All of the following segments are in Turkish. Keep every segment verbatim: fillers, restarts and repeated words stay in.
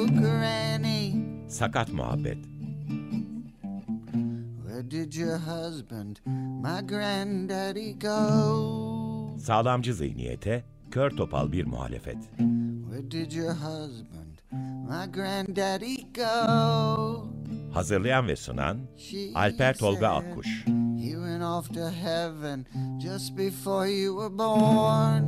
Granny. Sakat Muhabbet. Where did your husband, my granddaddy, go? Sağlamcı zihniyete kör topal bir muhalefet. Where did your husband, my granddaddy, go? Hazırlayan ve sunan Alper Tolga Akkuş. He went off to heaven just before you were born.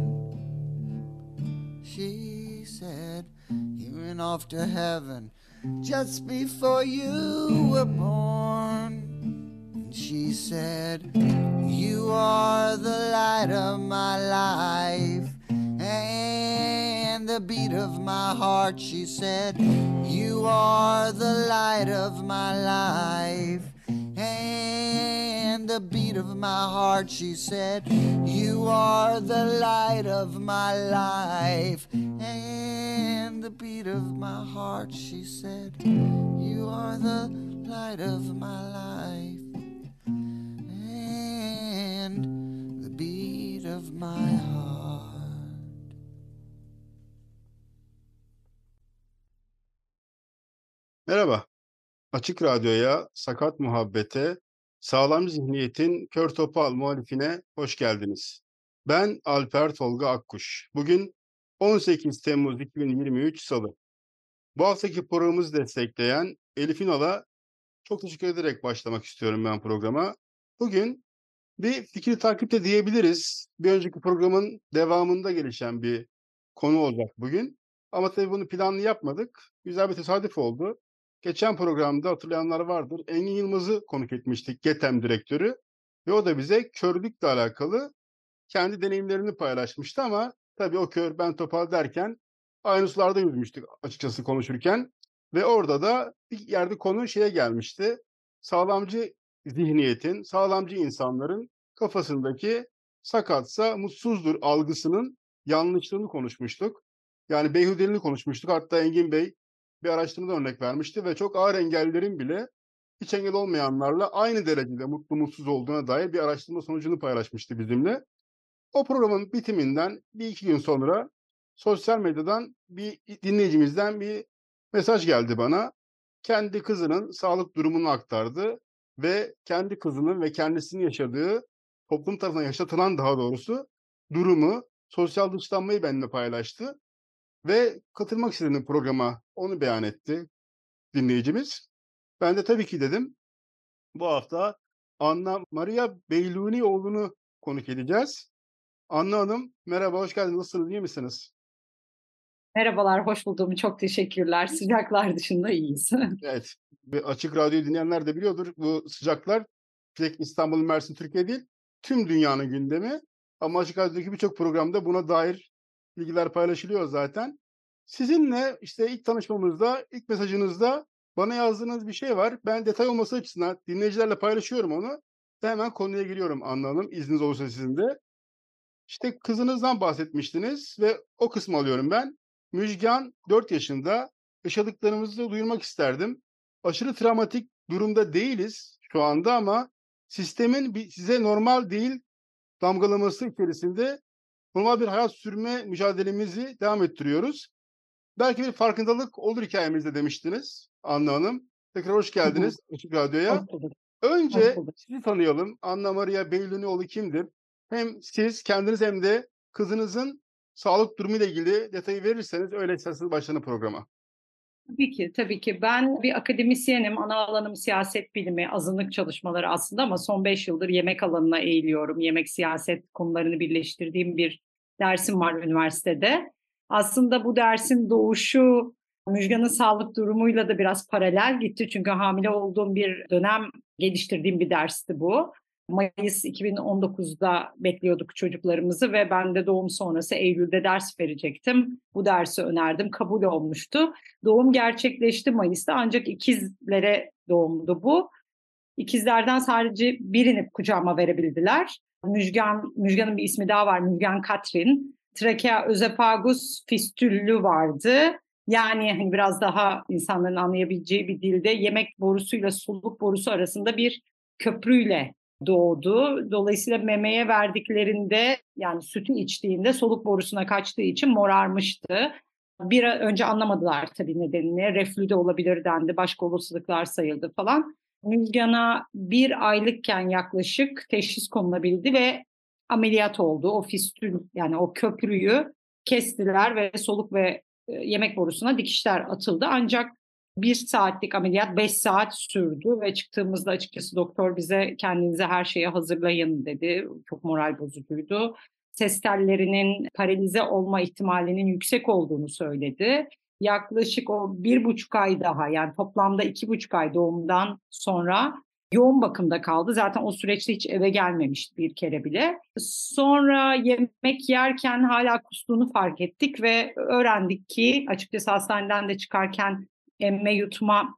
She said he went off to heaven just before you were born. And she said, you are the light of my life and the beat of my heart. She said, you are the light of my life and the beat of my heart. She said, you are the light of my life and the beat of my heart. She said, you are the light of my life and the beat of my heart. Merhaba, Açık Radyo'ya, Sakat Muhabbet'e, Sağlam Zihniyet'in Kör Topal muhalifine hoş geldiniz. Ben Alper Tolga Akkuş. Bugün on sekiz Temmuz iki bin yirmi üç Salı. Bu haftaki programımızı destekleyen Elif Ünal'a çok teşekkür ederek başlamak istiyorum ben programa. Bugün bir fikri takip de diyebiliriz. Bir önceki programın devamında gelişen bir konu olacak bugün. Ama tabii bunu planlı yapmadık. Güzel bir tesadüf oldu. Geçen programda hatırlayanlar vardır. Engin Yılmaz'ı konuk etmiştik, GETEM direktörü. Ve o da bize körlükle alakalı kendi deneyimlerini paylaşmıştı ama tabii o kör ben topal derken aynı sularda yüzmüştük açıkçası konuşurken. Ve orada da bir yerde konu şeye gelmişti. Sağlamcı zihniyetin, sağlamcı insanların kafasındaki sakatsa mutsuzdur algısının yanlışlığını konuşmuştuk. Yani beyhudeliğini konuşmuştuk. Hatta Engin Bey bir araştırmadan örnek vermişti ve çok ağır engellilerin bile hiç engel olmayanlarla aynı derecede mutlu mutsuz olduğuna dair bir araştırma sonucunu paylaşmıştı bizimle. O programın bitiminden bir iki gün sonra sosyal medyadan bir dinleyicimizden bir mesaj geldi bana. Kendi kızının sağlık durumunu aktardı ve kendi kızının ve kendisinin yaşadığı, toplum tarafından yaşatılan daha doğrusu durumu, sosyal dışlanmayı benimle paylaştı. Ve katılmak istediğim programa onu beyan etti dinleyicimiz. Ben de tabii ki dedim. Bu hafta Anna Maria Beylunioğlu'nu konuk edeceğiz. Anna Hanım merhaba, hoş geldiniz. Nasılsınız, iyi misiniz? Merhabalar, hoş buldum. Çok teşekkürler. Sıcaklar dışında iyiyiz. Evet, ve Açık Radyo'yu dinleyenler de biliyordur. Bu sıcaklar tek İstanbul, Mersin, Türkiye değil, tüm dünyanın gündemi. Ama Açık Radyo'daki birçok programda buna dair bilgiler paylaşılıyor zaten. Sizinle işte ilk tanışmamızda, ilk mesajınızda bana yazdığınız bir şey var. Ben detay olması açısından dinleyicilerle paylaşıyorum onu. Ve hemen konuya giriyorum Anna Hanım, izniniz olursa sizin de. İşte kızınızdan bahsetmiştiniz ve o kısmı alıyorum ben. Müjgan dört yaşında, yaşadıklarımızı duyurmak isterdim. Aşırı travmatik durumda değiliz şu anda ama sistemin bir, size normal değil damgalaması içerisinde normal bir hayat sürme mücadelemizi devam ettiriyoruz. Belki bir farkındalık olur hikayemizde demiştiniz Anna Hanım. Tekrar hoş geldiniz Açık Radyo'ya. Önce sizi tanıyalım. Anna Maria Beylunioğlu kimdir? Hem siz kendiniz hem de kızınızın sağlık durumuyla ilgili detayı verirseniz öyle isterseniz başlayalım programa. Tabii ki, tabii ki. Ben bir akademisyenim. Ana alanım siyaset bilimi, azınlık çalışmaları aslında ama son beş yıldır yemek alanına eğiliyorum. Yemek, siyaset konularını birleştirdiğim bir dersim var üniversitede. Aslında bu dersin doğuşu Müjgan'ın sağlık durumuyla da biraz paralel gitti. Çünkü hamile olduğum bir dönem geliştirdiğim bir dersti bu. Mayıs iki bin on dokuzda bekliyorduk çocuklarımızı ve ben de doğum sonrası Eylül'de ders verecektim. Bu dersi önerdim, kabul olmuştu. Doğum gerçekleşti Mayıs'ta ancak ikizlere doğumdu bu. İkizlerden sadece birini kucağıma verebildiler. Müjgan, Müjgan'ın bir ismi daha var, Müjgan Katrin. Trakea özefagus fistüllü vardı. Yani hani biraz daha insanların anlayabileceği bir dilde yemek borusuyla soluk borusu arasında bir köprüyle doğdu. Dolayısıyla memeye verdiklerinde yani sütü içtiğinde soluk borusuna kaçtığı için morarmıştı. Bir an önce anlamadılar tabii nedenini. Reflü de olabilir dendi, başka olasılıklar sayıldı falan. Müjgan'a bir aylıkken yaklaşık teşhis konulabildi ve ameliyat oldu. O fistül, yani o köprüyü kestiler ve soluk ve e, yemek borusuna dikişler atıldı. Ancak bir saatlik ameliyat beş saat sürdü ve çıktığımızda açıkçası doktor bize kendinize her şeye hazırlayın dedi. Çok moral bozucuydu. Ses tellerinin paralize olma ihtimalinin yüksek olduğunu söyledi. Yaklaşık o bir buçuk ay daha, yani toplamda iki buçuk ay doğumdan sonra yoğun bakımda kaldı. Zaten o süreçte hiç eve gelmemişti bir kere bile. Sonra yemek yerken hala kustuğunu fark ettik ve öğrendik ki açıkçası hastaneden de çıkarken emme yutma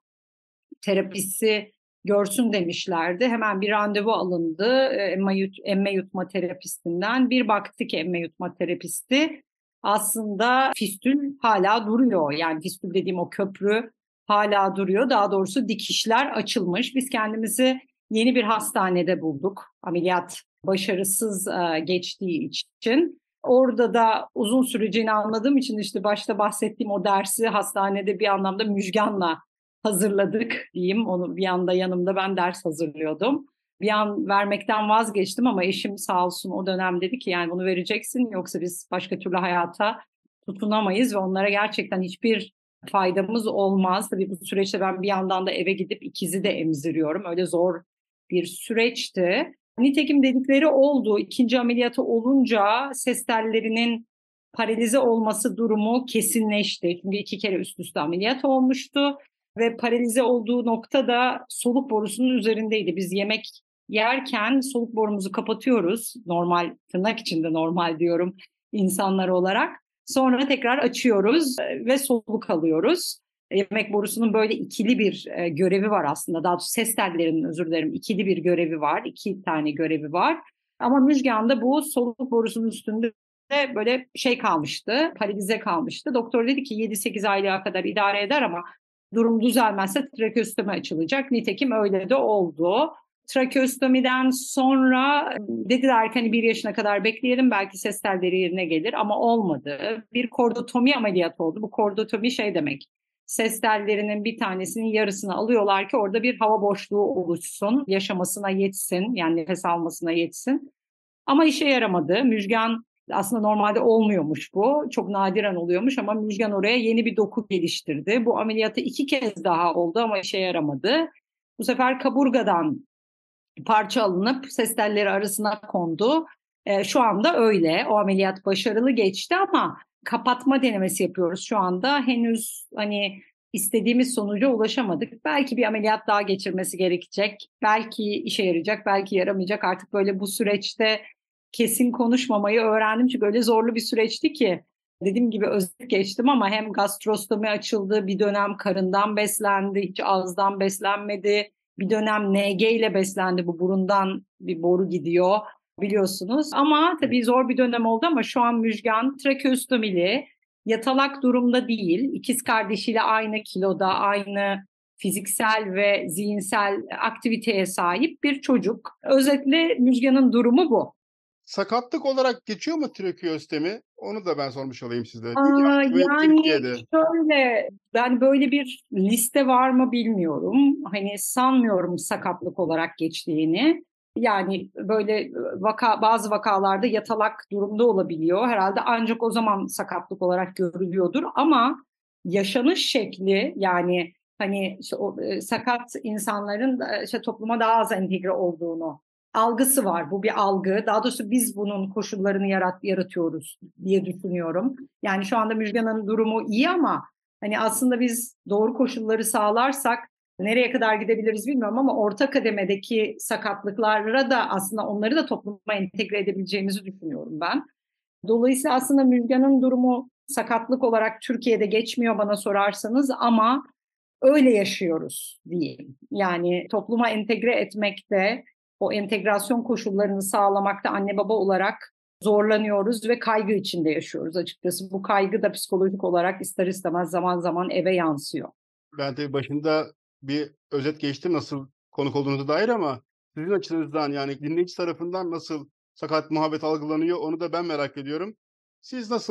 terapisi görsün demişlerdi. Hemen bir randevu alındı emme, yut, emme yutma terapistinden. Bir baktı ki emme yutma terapisti aslında fistül hala duruyor. Yani fistül dediğim o köprü hala duruyor. Daha doğrusu dikişler açılmış. Biz kendimizi yeni bir hastanede bulduk. Ameliyat başarısız geçtiği için. Orada da uzun süreceğini anladığım için işte başta bahsettiğim o dersi hastanede bir anlamda Müjgan'la hazırladık diyeyim. Onu bir anda yanımda ben ders hazırlıyordum. Bir an vermekten vazgeçtim ama eşim sağ olsun o dönem dedi ki yani bunu vereceksin yoksa biz başka türlü hayata tutunamayız ve onlara gerçekten hiçbir faydamız olmaz. Tabii bu süreçte ben bir yandan da eve gidip ikizi de emziriyorum. Öyle zor bir süreçti. Nitekim dedikleri oldu. İkinci ameliyatı olunca ses tellerinin paralize olması durumu kesinleşti. Çünkü iki kere üst üste ameliyat olmuştu ve paralize olduğu nokta da soluk borusunun üzerindeydi. Biz yemek yerken soluk borumuzu kapatıyoruz. Normal, tırnak içinde normal diyorum insanlar olarak. Sonra tekrar açıyoruz ve soluk alıyoruz. Yemek borusunun böyle ikili bir e, görevi var aslında. Daha doğrusu ses tellerinin özür dilerim ikili bir görevi var. İki tane görevi var. Ama Müjgan'da bu soluk borusunun üstünde böyle şey kalmıştı, paralize kalmıştı. Doktor dedi ki yedi sekiz aylığa kadar idare eder ama durum düzelmezse trakeostomi açılacak. Nitekim öyle de oldu. Trakeostomiden sonra dediler ki hani bir yaşına kadar bekleyelim belki ses telleri yerine gelir ama olmadı. Bir kordotomi ameliyatı oldu. Bu kordotomi şey demek. Ses tellerinin bir tanesinin yarısını alıyorlar ki orada bir hava boşluğu oluşsun, yaşamasına yetsin, yani nefes almasına yetsin. Ama işe yaramadı. Müjgan aslında normalde olmuyormuş bu. Çok nadiren oluyormuş ama Müjgan oraya yeni bir doku geliştirdi. Bu ameliyatı iki kez daha oldu ama işe yaramadı. Bu sefer kaburgadan parça alınıp ses telleri arasına kondu. E, şu anda öyle. O ameliyat başarılı geçti ama kapatma denemesi yapıyoruz şu anda. Henüz hani istediğimiz sonuca ulaşamadık. Belki bir ameliyat daha geçirmesi gerekecek. Belki işe yarayacak, belki yaramayacak. Artık böyle bu süreçte kesin konuşmamayı öğrendim. Çünkü öyle zorlu bir süreçti ki. Dediğim gibi özet geçtim ama hem gastrostomi açıldı, bir dönem karından beslendi, hiç ağızdan beslenmedi. Bir dönem N G ile beslendi, bu burundan bir boru gidiyor biliyorsunuz. Ama tabii zor bir dönem oldu ama şu an Müjgan trakeostomili, yatalak durumda değil. İkiz kardeşiyle aynı kiloda, aynı fiziksel ve zihinsel aktiviteye sahip bir çocuk. Özetle Müjgan'ın durumu bu. Sakatlık olarak geçiyor mu trakeostomi? Onu da ben sormuş olayım size. Aa, yani Türkiye'de. şöyle, ben böyle bir liste var mı bilmiyorum. Hani sanmıyorum sakatlık olarak geçtiğini. Yani böyle vaka, bazı vakalarda yatalak durumda olabiliyor. Herhalde ancak o zaman sakatlık olarak görülüyordur. Ama yaşanış şekli, yani hani işte o, e, sakat insanların da, işte topluma daha az entegre olduğunu algısı var. Bu bir algı. Daha doğrusu biz bunun koşullarını yarat, yaratıyoruz diye düşünüyorum. Yani şu anda Müjgan'ın durumu iyi ama hani aslında biz doğru koşulları sağlarsak nereye kadar gidebiliriz bilmiyorum ama orta kademedeki sakatlıklara da aslında onları da topluma entegre edebileceğimizi düşünüyorum ben. Dolayısıyla aslında Müjgan'ın durumu sakatlık olarak Türkiye'de geçmiyor bana sorarsanız ama öyle yaşıyoruz diyeyim. Yani topluma entegre etmekte, o entegrasyon koşullarını sağlamakta anne baba olarak zorlanıyoruz ve kaygı içinde yaşıyoruz açıkçası. Bu kaygı da psikolojik olarak ister istemez zaman zaman eve yansıyor. Ben tabii başında bir özet geçtim nasıl konuk olduğunuza dair ama sizin açınızdan yani dinleyici tarafından nasıl sakat muhabbet algılanıyor onu da ben merak ediyorum. Siz nasıl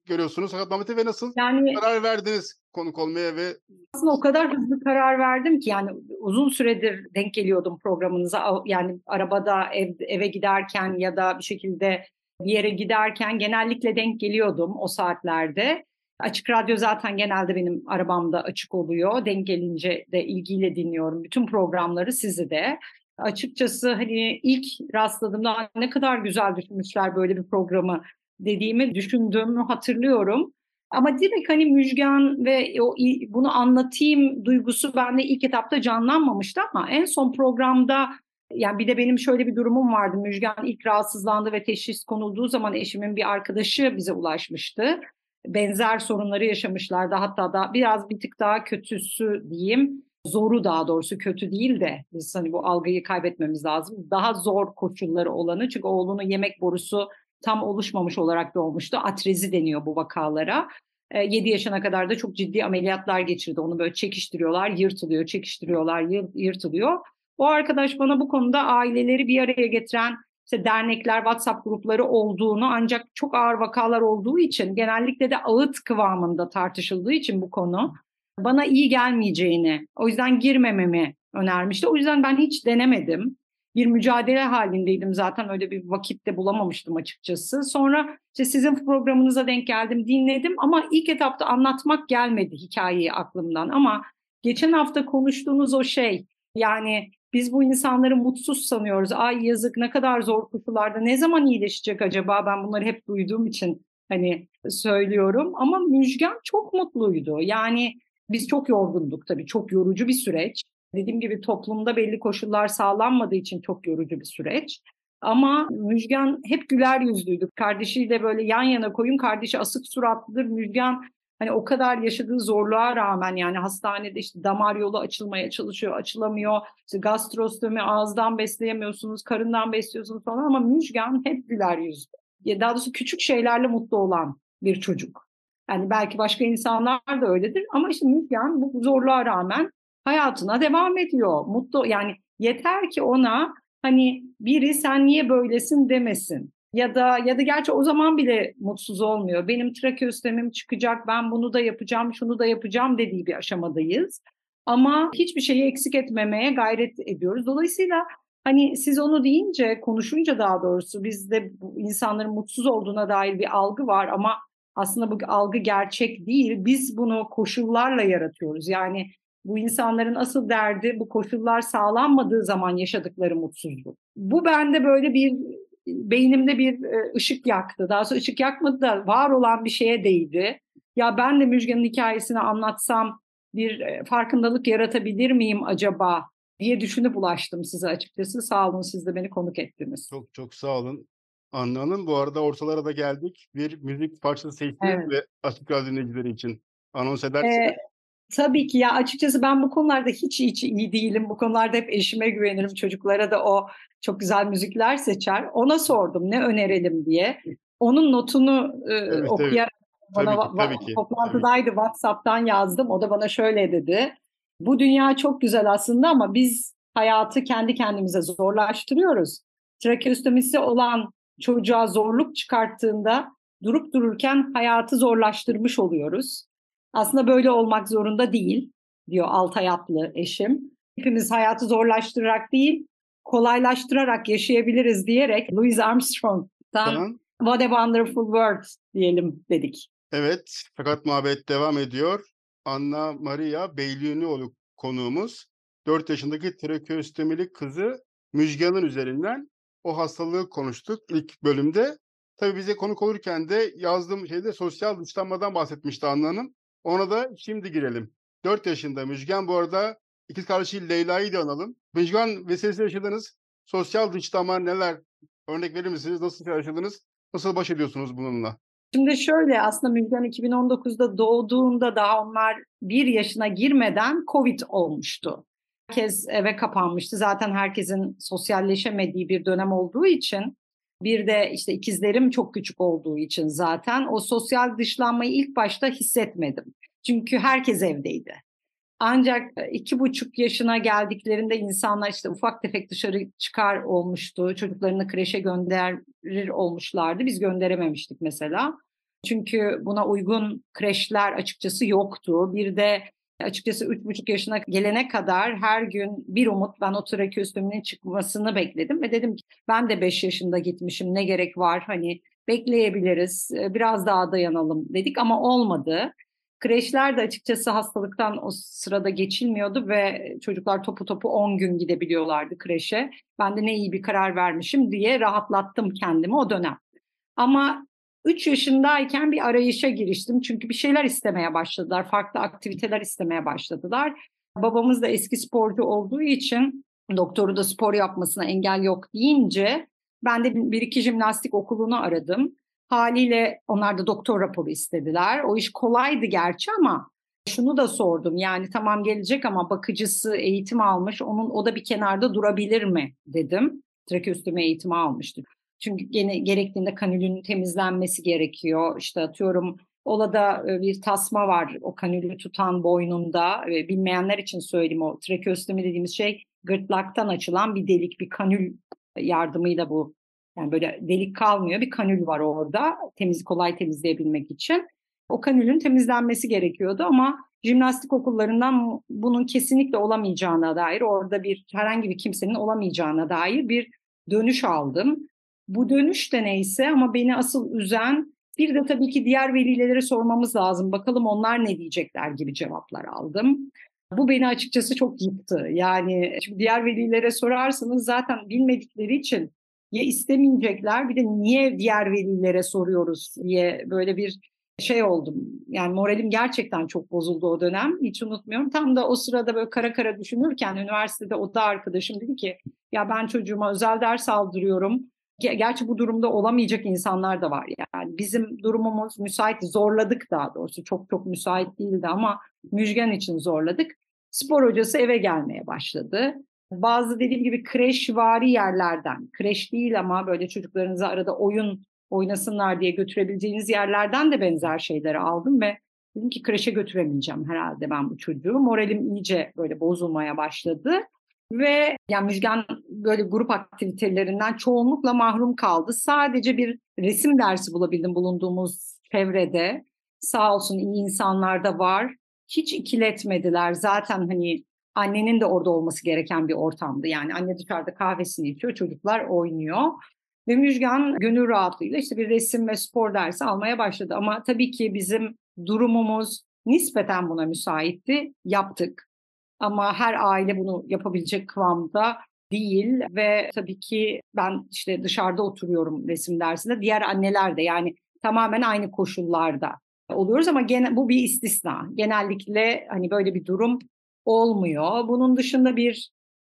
görüyorsunuz Sakat Muhabbet'e ve nasıl Yani karar verdiniz konuk olmaya ve aslında o kadar hızlı karar verdim ki yani uzun süredir denk geliyordum programınıza. Yani arabada ev, eve giderken ya da bir şekilde bir yere giderken genellikle denk geliyordum o saatlerde. Açık Radyo zaten genelde benim arabamda açık oluyor. Denk gelince de ilgiyle dinliyorum bütün programları, sizi de. Açıkçası hani ilk rastladığımda ne kadar güzel düşünmüşler böyle bir programı dediğimi düşündüğümü hatırlıyorum. Ama direkt hani Müjgan ve o, bunu anlatayım duygusu bende ilk etapta canlanmamıştı ama en son programda yani bir de benim şöyle bir durumum vardı. Müjgan ilk rahatsızlandı ve teşhis konulduğu zaman eşimin bir arkadaşı bize ulaşmıştı. Benzer sorunları yaşamışlardı, hatta da biraz bir tık daha kötüsü diyeyim. Zoru, daha doğrusu kötü değil de biz hani bu algıyı kaybetmemiz lazım. Daha zor koşulları olanı, çünkü oğlunun yemek borusu tam oluşmamış olarak doğmuştu. Atrezi deniyor bu vakalara. yedi yaşına kadar da çok ciddi ameliyatlar geçirdi. Onu böyle çekiştiriyorlar, yırtılıyor, çekiştiriyorlar, yırtılıyor. O arkadaş bana bu konuda aileleri bir araya getiren işte dernekler, WhatsApp grupları olduğunu, ancak çok ağır vakalar olduğu için, genellikle de ağıt kıvamında tartışıldığı için bu konu bana iyi gelmeyeceğini, o yüzden girmememi önermişti. O yüzden ben hiç denemedim. Bir mücadele halindeydim zaten, öyle bir vakit de bulamamıştım açıkçası. Sonra işte sizin programınıza denk geldim, dinledim ama ilk etapta anlatmak gelmedi hikayeyi aklımdan. Ama geçen hafta konuştuğunuz o şey, yani biz bu insanları mutsuz sanıyoruz. Ay yazık, ne kadar zor koşullarda, ne zaman iyileşecek acaba? Ben bunları hep duyduğum için hani söylüyorum ama Müjgan çok mutluydu. Yani biz çok yorgunduk tabii, çok yorucu bir süreç. Dediğim gibi toplumda belli koşullar sağlanmadığı için çok yorucu bir süreç. Ama Müjgan hep güler yüzlüydü. Kardeşiyle böyle yan yana koyun, kardeşi asık suratlıdır. Müjgan hani o kadar yaşadığı zorluğa rağmen, yani hastanede işte damar yolu açılmaya çalışıyor, açılamıyor. İşte gastrostomi, ağızdan besleyemiyorsunuz, karından besliyorsunuz falan, ama Müjgan hep güler yüzlü. Daha doğrusu küçük şeylerle mutlu olan bir çocuk. Yani belki başka insanlar da öyledir ama işte Müjgan bu zorluğa rağmen hayatına devam ediyor. Mutlu, yani yeter ki ona hani biri sen niye böylesin demesin. Ya da ya da gerçi o zaman bile mutsuz olmuyor. Benim trakeostomim çıkacak, ben bunu da yapacağım, şunu da yapacağım dediği bir aşamadayız. Ama hiçbir şeyi eksik etmemeye gayret ediyoruz. Dolayısıyla hani siz onu deyince, konuşunca daha doğrusu, bizde bu insanların mutsuz olduğuna dair bir algı var ama aslında bu algı gerçek değil. Biz bunu koşullarla yaratıyoruz. Yani bu insanların asıl derdi bu koşullar sağlanmadığı zaman yaşadıkları mutsuzluk. Bu bende böyle bir, beynimde bir ışık yaktı. Daha sonra ışık yakmadı da var olan bir şeye değdi. Ya ben de Müjgan'ın hikayesini anlatsam bir farkındalık yaratabilir miyim acaba diye düşünüp ulaştım size açıkçası. Sağ olun, siz de beni konuk ettiniz. Çok çok sağ olun Anna Hanım. Bu arada ortalara da geldik. Bir müzik parçası seçtiniz Evet. ve Açık Radyo dinleyicileri için anons edersiniz. Ee, tabii ki ya, açıkçası ben bu konularda hiç, hiç iyi değilim. Bu konularda hep eşime güvenirim. Çocuklara da o çok güzel müzikler seçer. Ona sordum ne önerelim diye. Onun notunu e, Evet, okuyarak evet. bana Tabii ki, tabii ki, toplantıdaydı, tabii ki. WhatsApp'tan yazdım. O da bana şöyle dedi. Bu dünya çok güzel aslında ama biz hayatı kendi kendimize zorlaştırıyoruz. Trakeostomisi olan çocuğa zorluk çıkarttığında durup dururken hayatı zorlaştırmış oluyoruz. Aslında böyle olmak zorunda değil, diyor Altay Atlı eşim. Hepimiz hayatı zorlaştırarak değil, kolaylaştırarak yaşayabiliriz diyerek Louis Armstrong'dan Tamam. What a Wonderful World diyelim dedik. Evet, Fakat Muhabbet devam ediyor. Anna Maria Beylünioğlu konuğumuz. dört yaşındaki trakeostomili kızı Müjgan'ın üzerinden o hastalığı konuştuk ilk bölümde. Tabii bize konuk olurken de yazdığım şeyde sosyal dışlanmadan bahsetmişti Anna Hanım. Ona da şimdi girelim. dört yaşında Müjgan, bu arada ikiz kardeşi Leyla'yı da analım. Müjgan vesilesiyle yaşadığınız sosyal dışlanma neler? Örnek verir misiniz? Nasıl yaşadınız? Nasıl baş ediyorsunuz bununla? Şimdi şöyle, aslında Müjgan iki bin on dokuzda doğduğunda daha onlar bir yaşına girmeden Covid olmuştu. Herkes eve kapanmıştı. Zaten herkesin sosyalleşemediği bir dönem olduğu için, bir de işte ikizlerim çok küçük olduğu için zaten o sosyal dışlanmayı ilk başta hissetmedim. Çünkü herkes evdeydi. Ancak iki buçuk yaşına geldiklerinde insanlar işte ufak tefek dışarı çıkar olmuştu. Çocuklarını kreşe gönderir olmuşlardı. Biz gönderememiştik mesela. Çünkü buna uygun kreşler açıkçası yoktu. Bir de açıkçası üç buçuk yaşına gelene kadar her gün bir umut, ben o trakeostominin çıkmasını bekledim. Ve dedim ki ben de beş yaşında gitmişim, ne gerek var, hani bekleyebiliriz, biraz daha dayanalım dedik ama olmadı. Kreşler de açıkçası hastalıktan o sırada geçilmiyordu ve çocuklar topu topu on gün gidebiliyorlardı kreşe. Ben de ne iyi bir karar vermişim diye rahatlattım kendimi o dönem. Ama üç yaşındayken bir arayışa giriştim. Çünkü bir şeyler istemeye başladılar. Farklı aktiviteler istemeye başladılar. Babamız da eski sporcu olduğu için doktoru da spor yapmasına engel yok deyince ben de bir iki jimnastik okulunu aradım. Haliyle onlar da doktor raporu istediler. O iş kolaydı gerçi ama şunu da sordum. Yani tamam gelecek ama bakıcısı eğitim almış. Onun o da bir kenarda durabilir mi dedim. Trakeostomi eğitimi almıştı. Çünkü gene gerektiğinde kanülün temizlenmesi gerekiyor. İşte atıyorum olada bir tasma var o kanülü tutan boynunda. Bilmeyenler için söyleyeyim, o trakeostomi dediğimiz şey gırtlaktan açılan bir delik, bir kanül yardımıyla bu. Yani böyle delik kalmıyor, bir kanül var orada temiz kolay temizleyebilmek için. O kanülün temizlenmesi gerekiyordu ama jimnastik okullarından bunun kesinlikle olamayacağına dair, orada bir herhangi bir kimsenin olamayacağına dair bir dönüş aldım. Bu dönüş de neyse ama beni asıl üzen, bir de tabii ki diğer velilere sormamız lazım. Bakalım onlar ne diyecekler gibi cevaplar aldım. Bu beni açıkçası çok yıktı. Yani çünkü diğer velilere sorarsanız zaten bilmedikleri için ya istemeyecekler, bir de niye diğer velilere soruyoruz diye böyle bir şey oldum. Yani moralim gerçekten çok bozuldu o dönem. Hiç unutmuyorum. Tam da o sırada böyle kara kara düşünürken üniversitede oda arkadaşım dedi ki ya ben çocuğuma özel ders aldırıyorum. Gerçi bu durumda olamayacak insanlar da var. Yani bizim durumumuz müsait, zorladık daha doğrusu. Çok çok müsait değildi ama Müjgan için zorladık. Spor hocası eve gelmeye başladı. Bazı dediğim gibi kreşvari yerlerden, kreş değil ama böyle çocuklarınıza arada oyun oynasınlar diye götürebileceğiniz yerlerden de benzer şeyleri aldım ve dedim ki kreşe götüremeyeceğim herhalde ben bu çocuğu. Moralim iyice böyle bozulmaya başladı. Ve yani Müjgan böyle grup aktivitelerinden çoğunlukla mahrum kaldı. Sadece bir resim dersi bulabildim bulunduğumuz çevrede. Sağ olsun iyi insanlar da var. Hiç ikiletmediler. Zaten hani annenin de orada olması gereken bir ortamdı. Yani anne dışarıda kahvesini içiyor, çocuklar oynuyor. Ve Müjgan gönül rahatlığıyla işte bir resim ve spor dersi almaya başladı. Ama tabii ki bizim durumumuz nispeten buna müsaitti. Yaptık. Ama her aile bunu yapabilecek kıvamda değil ve tabii ki ben işte dışarıda oturuyorum resim dersinde. Diğer anneler de yani tamamen aynı koşullarda oluyoruz ama gene, bu bir istisna. Genellikle hani böyle bir durum olmuyor. Bunun dışında bir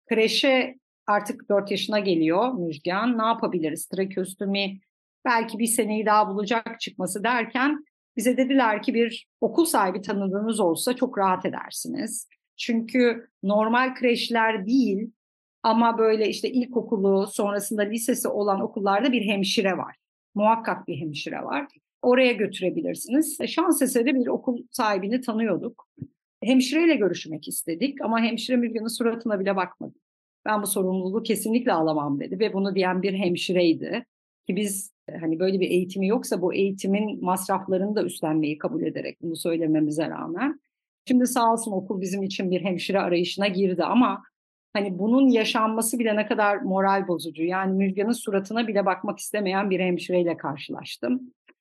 kreşe artık dört yaşına geliyor Müjgan. Ne yapabiliriz? Trakeostomi belki bir seneyi daha bulacak çıkması derken bize dediler ki bir okul sahibi tanıdığınız olsa çok rahat edersiniz. Çünkü normal kreşler değil ama böyle işte ilkokulu sonrasında lisesi olan okullarda bir hemşire var. Muhakkak bir hemşire var. Oraya götürebilirsiniz. Şans eseri bir okul sahibini tanıyorduk. Hemşireyle görüşmek istedik ama hemşire Müjgan'ın suratına bile bakmadı. Ben bu sorumluluğu kesinlikle alamam dedi ve bunu diyen bir hemşireydi. Ki biz hani böyle bir eğitimi yoksa bu eğitimin masraflarını da üstlenmeyi kabul ederek bunu söylememize rağmen. Şimdi sağ olsun okul bizim için bir hemşire arayışına girdi ama hani bunun yaşanması bile ne kadar moral bozucu. Yani Müjgan'ın suratına bile bakmak istemeyen bir hemşireyle karşılaştım.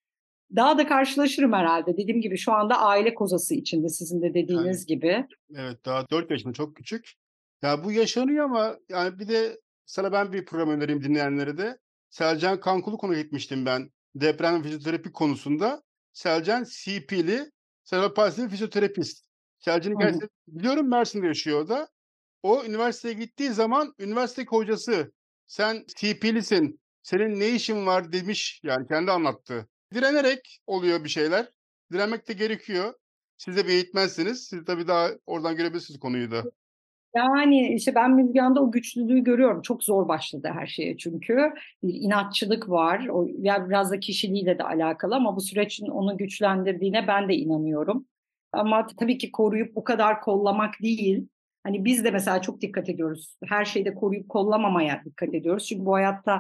Daha da karşılaşırım herhalde. Dediğim gibi şu anda aile kozası içinde sizin de dediğiniz Yani, gibi. Evet, daha dört yaşında, çok küçük. Ya bu yaşanıyor ama yani bir de sana ben bir program önereyim dinleyenlere de. Selcan Kankulu konuk etmiştim ben deprem ve fizyoterapi konusunda. Selcan C P'li, serebral palsili fizyoterapist. Selcan'ın Hı hı. hikayesini biliyorum, Mersin'de yaşıyor o da. O üniversiteye gittiği zaman üniversite hocası sen T P'lisin, senin ne işin var demiş, yani kendi anlattı. Direnerek oluyor bir şeyler. Direnmek de gerekiyor. Siz de bir eğitmensiniz. Siz tabii daha oradan görebilirsiniz konuyu da. Yani işte ben Müjgan'da o güçlülüğü görüyorum. Çok zor başladı her şeye çünkü. Bir inatçılık var. O ya biraz da kişiliğiyle de alakalı ama bu sürecin onu güçlendirdiğine ben de inanıyorum. Ama tabii ki koruyup bu kadar kollamak değil. Hani biz de mesela çok dikkat ediyoruz. Her şeyde koruyup kollamamaya dikkat ediyoruz. Çünkü bu hayatta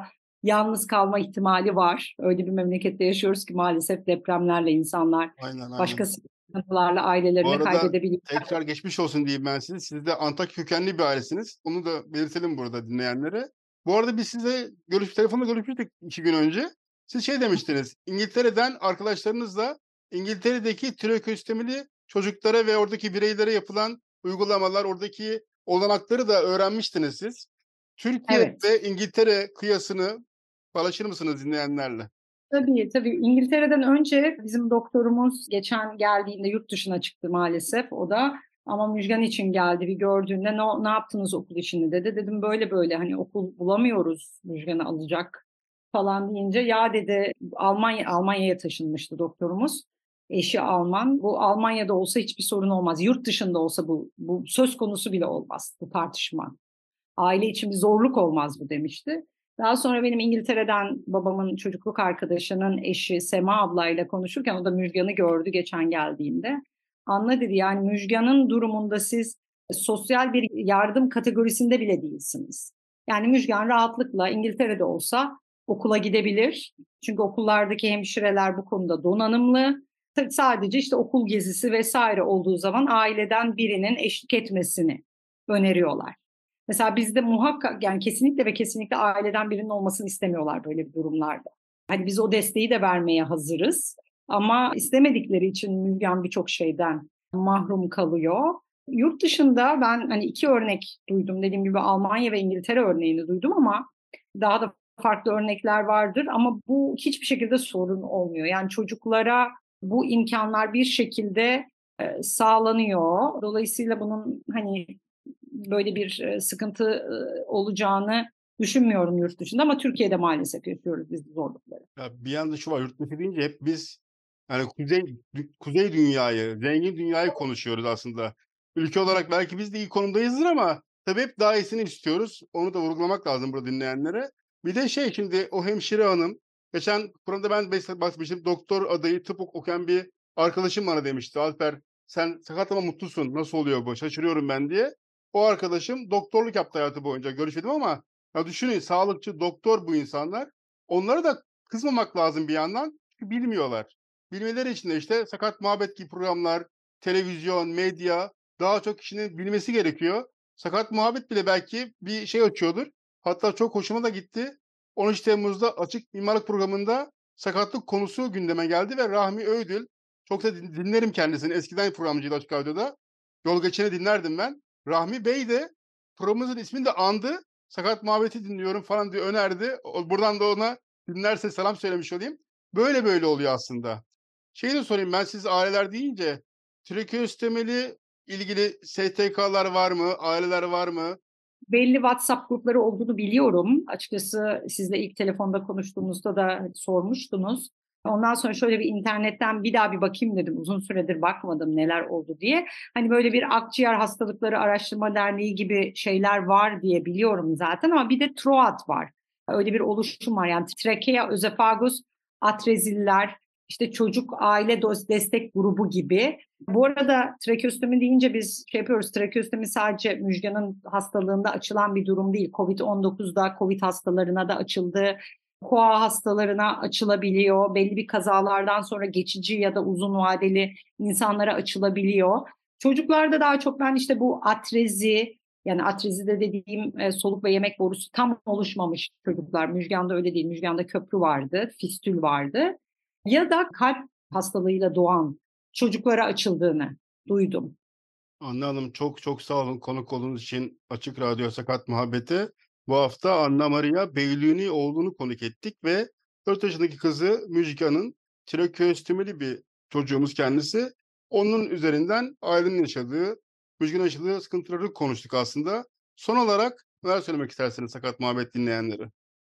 yalnız kalma ihtimali var. Öyle bir memlekette yaşıyoruz ki maalesef depremlerle insanlar Aynen, aynen. başka sıkıntılarla Bu ailelerini arada kaybedebiliyor. tekrar geçmiş olsun diyeyim ben size. Siz de Antakya kökenli bir ailesiniz. Onu da belirtelim burada dinleyenlere. Bu arada biz size görüş, telefonla görüşmüştük iki gün önce. Siz şey demiştiniz, İngiltere'den arkadaşlarınızla İngiltere'deki trakeostomili çocuklara ve oradaki bireylere yapılan uygulamalar, oradaki olanakları da öğrenmiştiniz siz. Türkiye Evet. ve İngiltere kıyasını paylaşır mısınız dinleyenlerle? Tabii tabii. İngiltere'den önce bizim doktorumuz geçen geldiğinde yurt dışına çıktı maalesef o da. Ama Müjgan için geldi, bir gördüğünde ne, ne yaptınız okul işini dedi. Dedim böyle böyle hani okul bulamıyoruz Müjgan'ı alacak falan deyince ya dedi Almanya Almanya'ya taşınmıştı doktorumuz. Eşi Alman. Bu Almanya'da olsa hiçbir sorun olmaz. Yurt dışında olsa bu, bu söz konusu bile olmaz bu tartışma. Aile için bir zorluk olmaz bu demişti. Daha sonra benim İngiltere'den babamın çocukluk arkadaşının eşi Sema ablayla konuşurken o da Müjgan'ı gördü geçen geldiğinde. Anla dedi yani Müjgan'ın durumunda siz sosyal bir yardım kategorisinde bile değilsiniz. Yani Müjgan rahatlıkla İngiltere'de olsa okula gidebilir. Çünkü okullardaki hemşireler bu konuda donanımlı. Sadece işte okul gezisi vesaire olduğu zaman aileden birinin eşlik etmesini öneriyorlar. Mesela bizde muhakkak yani kesinlikle ve kesinlikle aileden birinin olmasını istemiyorlar böyle bir durumlarda. Hani biz o desteği de vermeye hazırız. Ama istemedikleri için Müjgan birçok şeyden mahrum kalıyor. Yurt dışında ben hani iki örnek duydum. Dediğim gibi Almanya ve İngiltere örneğini duydum ama daha da farklı örnekler vardır. Ama bu hiçbir şekilde sorun olmuyor. Yani çocuklara bu imkanlar bir şekilde e, sağlanıyor. Dolayısıyla bunun hani böyle bir sıkıntı olacağını düşünmüyorum yurt dışında ama Türkiye'de maalesef yaşıyoruz biz bu zorlukları. Ya bir yanda şu var, yurt dışı deyince hep biz yani kuzey kuzey dünyayı, zengin dünyayı konuşuyoruz aslında. Ülke olarak belki biz de iyi konumdayızdır ama tabii hep daha iyisini istiyoruz. Onu da vurgulamak lazım burada dinleyenlere. Bir de şey şimdi o hemşire hanım, geçen programda ben bahsetmiştim, doktor adayı tıp okuyan bir arkadaşım bana demişti. Alper sen sakat ama mutlusun, nasıl oluyor bu, şaşırıyorum ben diye. O arkadaşım doktorluk yaptı hayatı boyunca, görüşmedim ama ya düşünün sağlıkçı, doktor bu insanlar. Onlara da kızmamak lazım bir yandan. Çünkü bilmiyorlar. Bilmeleri için de işte Sakat Muhabbet gibi programlar, televizyon, medya daha çok kişinin bilmesi gerekiyor. Sakat Muhabbet bile belki bir şey açıyordur. Hatta çok hoşuma da gitti. on üç Temmuz'da Açık Mimarlık Programı'nda sakatlık konusu gündeme geldi ve Rahmi Öydül, çok da dinlerim kendisini. Eskiden programcıydı Açık Radyo'da. Yol geçeni dinlerdim ben. Rahmi Bey de programımızın ismini de andı. Sakat Muhabbet'i dinliyorum falan diye önerdi. Buradan da ona dinlerse selam söylemiş olayım. Böyle böyle oluyor aslında. Şeyi de sorayım ben, siz aileler deyince trakeostomili ilgili S T K'lar var mı? Aileler var mı? Belli WhatsApp grupları olduğunu biliyorum. Açıkçası sizle ilk telefonda konuştuğumuzda da sormuştunuz. Ondan sonra şöyle bir internetten bir daha bir bakayım dedim. Uzun süredir bakmadım neler oldu diye. Hani böyle bir akciğer hastalıkları araştırma derneği gibi şeyler var diye biliyorum zaten ama bir de TROAT var. Öyle bir oluşum var. Yani trakea, özefagus, atreziller, işte çocuk aile destek grubu gibi. Bu arada trakeostomi deyince biz şey yapıyoruz. Trakeostomi sadece Müjgan'ın hastalığında açılan bir durum değil. kovid on dokuzda Covid hastalarına da açıldı. K O A hastalarına açılabiliyor. Belli bir kazalardan sonra geçici ya da uzun vadeli insanlara açılabiliyor. Çocuklarda daha çok ben işte bu atrezi, yani atrezi de dediğim e, soluk ve yemek borusu tam oluşmamış çocuklar. Müjgan'da öyle değil. Müjgan'da köprü vardı, fistül vardı. Ya da kalp hastalığıyla doğan çocuklara açıldığını duydum. Anladım. Çok çok sağ olun konuk olduğunuz için Açık Radyo Sakat Muhabbeti. Bu hafta Anna Maria Beyluni olduğunu konuk ettik ve dört yaşındaki kızı Müjgan'ın trakeostomili bir çocuğumuz kendisi. Onun üzerinden ailenin yaşadığı, Müjgan'ın yaşadığı sıkıntıları konuştuk aslında. Son olarak neler söylemek istersiniz Sakat Muhabbet dinleyenlere?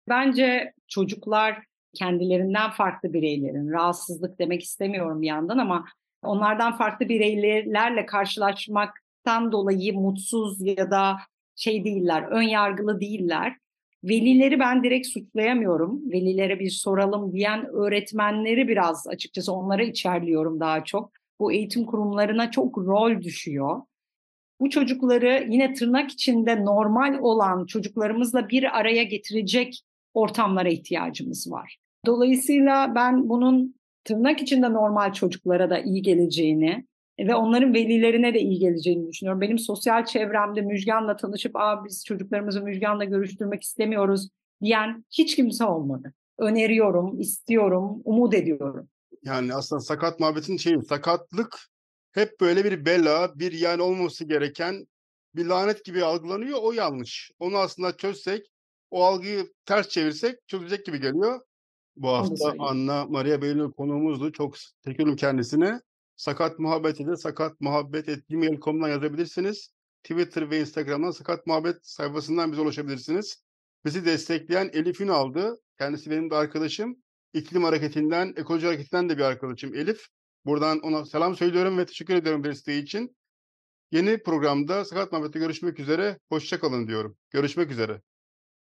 Bence çocuklar kendilerinden farklı bireylerin, rahatsızlık demek istemiyorum bir yandan ama onlardan farklı bireylerle karşılaşmaktan dolayı mutsuz ya da şey değiller, ön yargılı değiller. Velileri ben direkt suçlayamıyorum. Velilere bir soralım diyen öğretmenleri biraz açıkçası onlara içerliyorum daha çok. Bu eğitim kurumlarına çok rol düşüyor. Bu çocukları yine tırnak içinde normal olan çocuklarımızla bir araya getirecek ortamlara ihtiyacımız var. Dolayısıyla ben bunun tırnak içinde normal çocuklara da iyi geleceğini ve onların velilerine de iyi geleceğini düşünüyorum. Benim sosyal çevremde Müjgan'la tanışıp Aa, biz çocuklarımızı Müjgan'la görüştürmek istemiyoruz diyen hiç kimse olmadı. Öneriyorum, istiyorum, umut ediyorum. Yani aslında sakat muhabbetin şeyi, sakatlık hep böyle bir bela, bir yani olmaması gereken bir lanet gibi algılanıyor. O yanlış. Onu aslında çözsek, o algıyı ters çevirsek çözecek gibi geliyor. Bu Onu da hafta söyleyeyim. Anna Maria Beylül konuğumuzdu. Çok teşekkür ederim kendisine. Sakat Muhabbet'e de sakatmuhabbet at gmail nokta com'dan yazabilirsiniz. Twitter ve Instagram'dan Sakat Muhabbet sayfasından bize ulaşabilirsiniz. Bizi destekleyen Elif Ünal'dı. Kendisi benim de arkadaşım. İklim Hareketi'nden, Ekoloji Hareketi'nden de bir arkadaşım Elif. Buradan ona selam söylüyorum ve teşekkür ediyorum desteği için. Yeni programda Sakat Muhabbet'te görüşmek üzere. Hoşça kalın diyorum. Görüşmek üzere.